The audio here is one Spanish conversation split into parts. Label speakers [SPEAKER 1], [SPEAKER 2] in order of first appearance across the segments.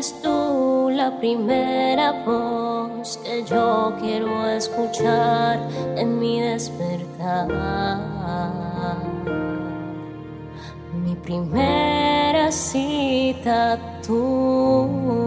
[SPEAKER 1] eres tú la primera voz que yo quiero escuchar en mi despertar. Mi primera cita tú.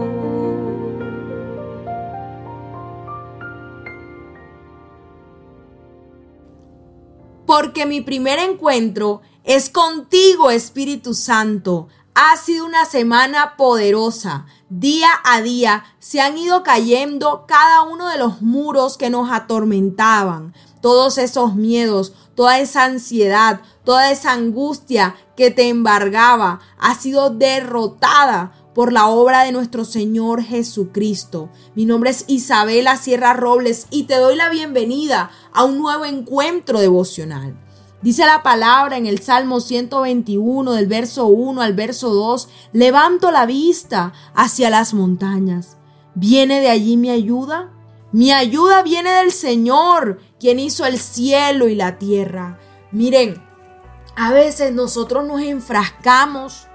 [SPEAKER 2] Porque mi primer encuentro es contigo, Espíritu Santo. Ha sido una semana poderosa. Día a día se han ido cayendo cada uno de los muros que nos atormentaban. Todos esos miedos, toda esa ansiedad, toda esa angustia que te embargaba ha sido derrotada por la obra de nuestro Señor Jesucristo. Mi nombre es Isabela Sierra Robles y te doy la bienvenida a un nuevo encuentro devocional. Dice la palabra en el Salmo 121, del verso 1 al verso 2, levanto la vista hacia las montañas. ¿Viene de allí mi ayuda? Mi ayuda viene del Señor, quien hizo el cielo y la tierra. Miren, a veces nosotros nos enfrascamos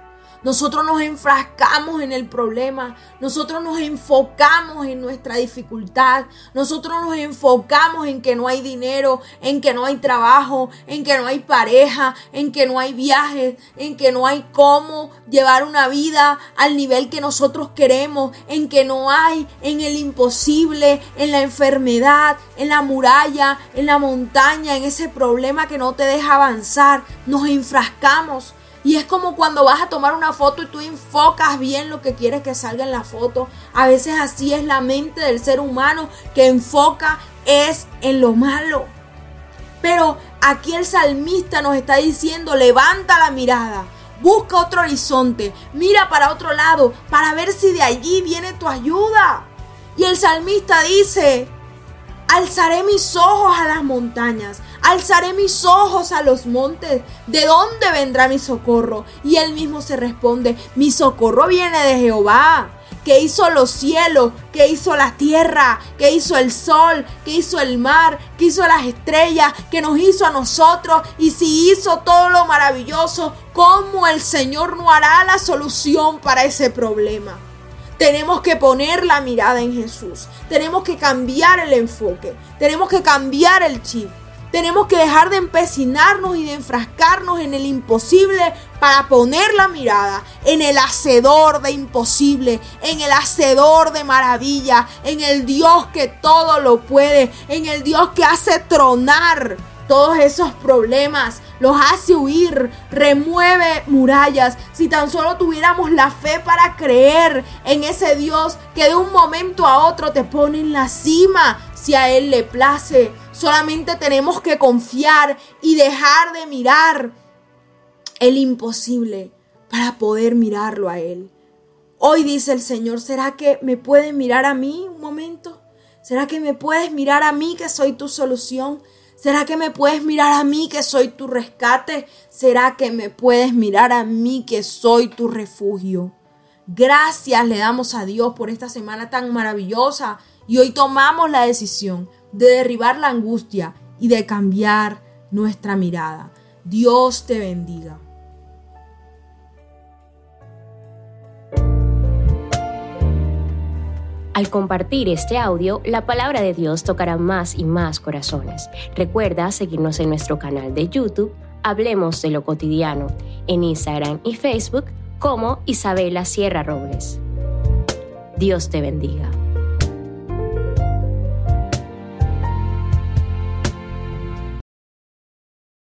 [SPEAKER 2] en el problema, nosotros nos enfocamos en nuestra dificultad, nosotros nos enfocamos en que no hay dinero, en que no hay trabajo, en que no hay pareja, en que no hay viajes, en que no hay cómo llevar una vida al nivel que nosotros queremos, en que no hay, en el imposible, en la enfermedad, en la muralla, en la montaña, en ese problema que no te deja avanzar. Nos enfrascamos. Y es como cuando vas a tomar una foto y tú enfocas bien lo que quieres que salga en la foto. A veces así es la mente del ser humano, que enfoca es en lo malo. Pero aquí el salmista nos está diciendo: levanta la mirada, busca otro horizonte, mira para otro lado para ver si de allí viene tu ayuda. Y el salmista dice: alzaré mis ojos a las montañas, alzaré mis ojos a los montes. ¿De dónde vendrá mi socorro? Y él mismo se responde: mi socorro viene de Jehová, que hizo los cielos, que hizo la tierra, que hizo el sol, que hizo el mar, que hizo las estrellas, que nos hizo a nosotros. Y si hizo todo lo maravilloso, ¿cómo el Señor no hará la solución para ese problema? Tenemos que poner la mirada en Jesús. Tenemos que cambiar el enfoque. Tenemos que cambiar el chip. Tenemos que dejar de empecinarnos y de enfrascarnos en el imposible para poner la mirada en el hacedor de imposible, en el hacedor de maravilla, en el Dios que todo lo puede, en el Dios que hace tronar todos esos problemas, los hace huir, remueve murallas. Si tan solo tuviéramos la fe para creer en ese Dios que de un momento a otro te pone en la cima, si a Él le place. Solamente tenemos que confiar y dejar de mirar el imposible para poder mirarlo a Él. Hoy dice el Señor: ¿será que me puedes mirar a mí un momento? ¿Será que me puedes mirar a mí, que soy tu solución? ¿Será que me puedes mirar a mí, que soy tu rescate? ¿Será que me puedes mirar a mí, que soy tu refugio? Gracias le damos a Dios por esta semana tan maravillosa, y hoy tomamos la decisión de derribar la angustia y de cambiar nuestra mirada. Dios te bendiga.
[SPEAKER 1] Al compartir este audio, la palabra de Dios tocará más y más corazones. Recuerda seguirnos en nuestro canal de YouTube, Hablemos de lo Cotidiano, en Instagram y Facebook como Isabela Sierra Robles. Dios te bendiga.